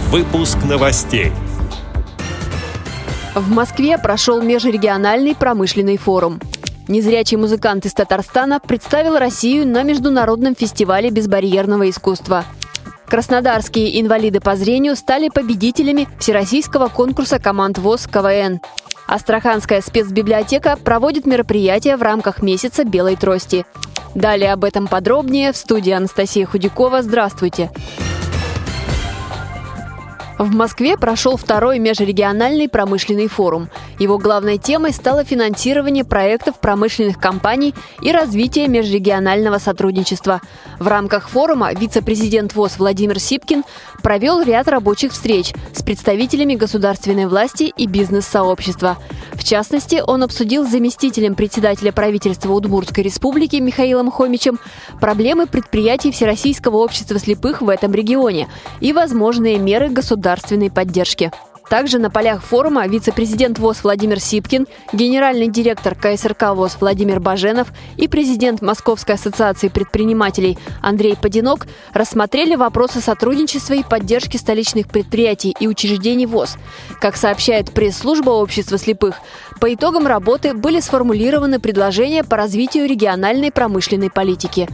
Выпуск новостей. В Москве прошел межрегиональный промышленный форум. Незрячий музыкант из Татарстана представил Россию на международном фестивале безбарьерного искусства. Краснодарские инвалиды по зрению стали победителями всероссийского конкурса команд ВОС КВН. Астраханская спецбиблиотека проводит мероприятие в рамках месяца белой трости. Далее об этом подробнее в студии Анастасия Худякова. Здравствуйте! В Москве прошел второй межрегиональный промышленный форум. Его главной темой стало финансирование проектов промышленных компаний и развитие межрегионального сотрудничества. В рамках форума вице-президент ВОС Владимир Сипкин провел ряд рабочих встреч с представителями государственной власти и бизнес-сообщества. В частности, он обсудил с заместителем председателя правительства Удмуртской республики Михаилом Хомичем проблемы предприятий Всероссийского общества слепых в этом регионе и возможные меры государственной поддержки. Также на полях форума вице-президент ВОС Владимир Сипкин, генеральный директор КСРК ВОС Владимир Баженов и президент Московской ассоциации предпринимателей Андрей Подинок рассмотрели вопросы сотрудничества и поддержки столичных предприятий и учреждений ВОС. Как сообщает пресс-служба общества слепых, по итогам работы были сформулированы предложения по развитию региональной промышленной политики.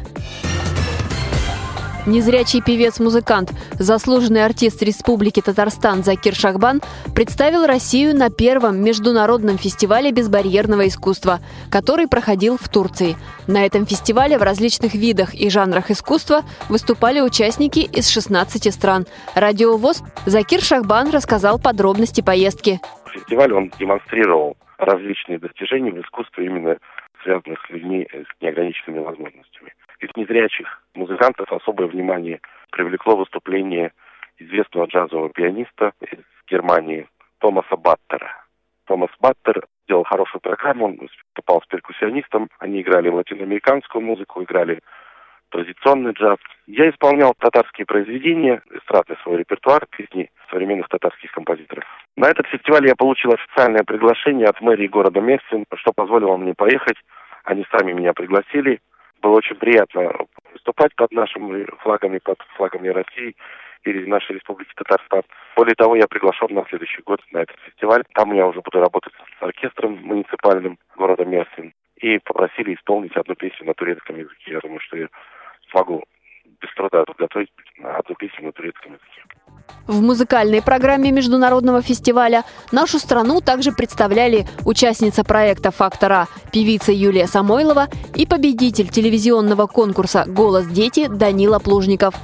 Незрячий певец-музыкант, заслуженный артист Республики Татарстан Закир Шахбан представил Россию на первом международном фестивале безбарьерного искусства, который проходил в Турции. На этом фестивале в различных видах и жанрах искусства выступали участники из 16 стран. Радио ВОС Закир Шахбан рассказал подробности поездки. Фестиваль он демонстрировал различные достижения в искусстве, именно связанных с людьми с неограниченными возможностями. Из незрячих музыкантов особое внимание привлекло выступление известного джазового пианиста из Германии Томаса Баттера. Томас Баттер сделал хорошую программу, он выступал с перкуссионистом, они играли латиноамериканскую музыку, играли традиционный джаз. Я исполнял татарские произведения, эстрадный свой репертуар, песни современных татарских композиторов. На этот фестиваль я получил официальное приглашение от мэрии города Мерсин, что позволило мне поехать. Они сами меня пригласили. Было очень приятно выступать под нашими флагами, под флагами России или нашей Республики Татарстан. Более того, я приглашен на следующий год на этот фестиваль. Там я уже буду работать с оркестром муниципальным города Мерсин. И попросили исполнить одну песню на турецком языке. Я думаю, что я смогу без труда подготовить одну песню на турецком языке. В музыкальной программе международного фестиваля нашу страну также представляли участница проекта «Фактор А» певица Юлия Самойлова и победитель телевизионного конкурса «Голос дети» Данила Плужников.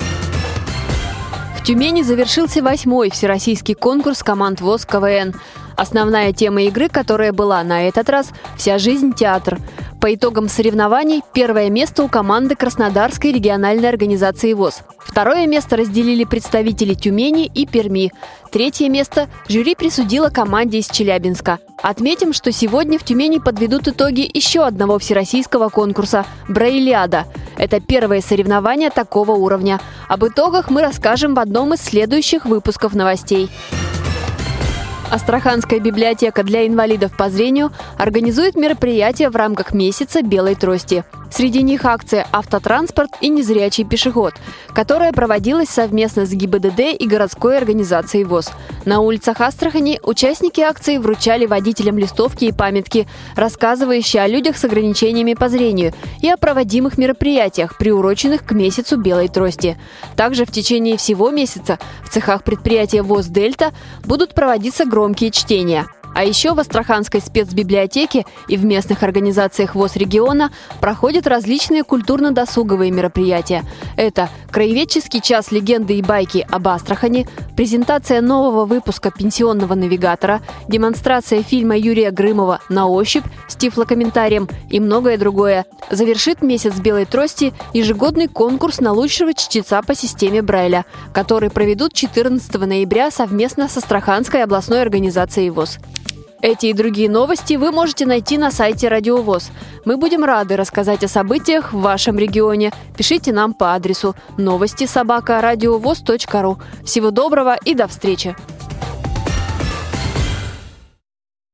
В Тюмени завершился 8-й всероссийский конкурс команд ВОС КВН. Основная тема игры, которая была на этот раз «Вся жизнь – театр». По итогам соревнований первое место у команды Краснодарской региональной организации ВОС. Второе место разделили представители Тюмени и Перми. Третье место жюри присудило команде из Челябинска. Отметим, что сегодня в Тюмени подведут итоги еще одного всероссийского конкурса «Брайлиада». Это первое соревнование такого уровня. Об итогах мы расскажем в одном из следующих выпусков новостей. Астраханская библиотека для инвалидов по зрению организует мероприятие в рамках месяца белой трости. Среди них акция «Автотранспорт» и «Незрячий пешеход», которая проводилась совместно с ГИБДД и городской организацией ВОС. На улицах Астрахани участники акции вручали водителям листовки и памятки, рассказывающие о людях с ограничениями по зрению и о проводимых мероприятиях, приуроченных к месяцу белой трости. Также в течение всего месяца в цехах предприятия ВОС «Дельта» будут проводиться громкие чтения. А еще в Астраханской спецбиблиотеке и в местных организациях ВОС региона проходят различные культурно-досуговые мероприятия. Это краеведческий час легенды и байки об Астрахани, презентация нового выпуска «Пенсионного навигатора», демонстрация фильма Юрия Грымова «На ощупь» с тифлокомментарием и многое другое. Завершит месяц белой трости ежегодный конкурс на лучшего чтеца по системе Брайля, который проведут 14 ноября совместно с Астраханской областной организацией ВОС. Эти и другие новости вы можете найти на сайте Радио ВОС. Мы будем рады рассказать о событиях в вашем регионе. Пишите нам по адресу новости@радиовос.ру. Всего доброго и до встречи!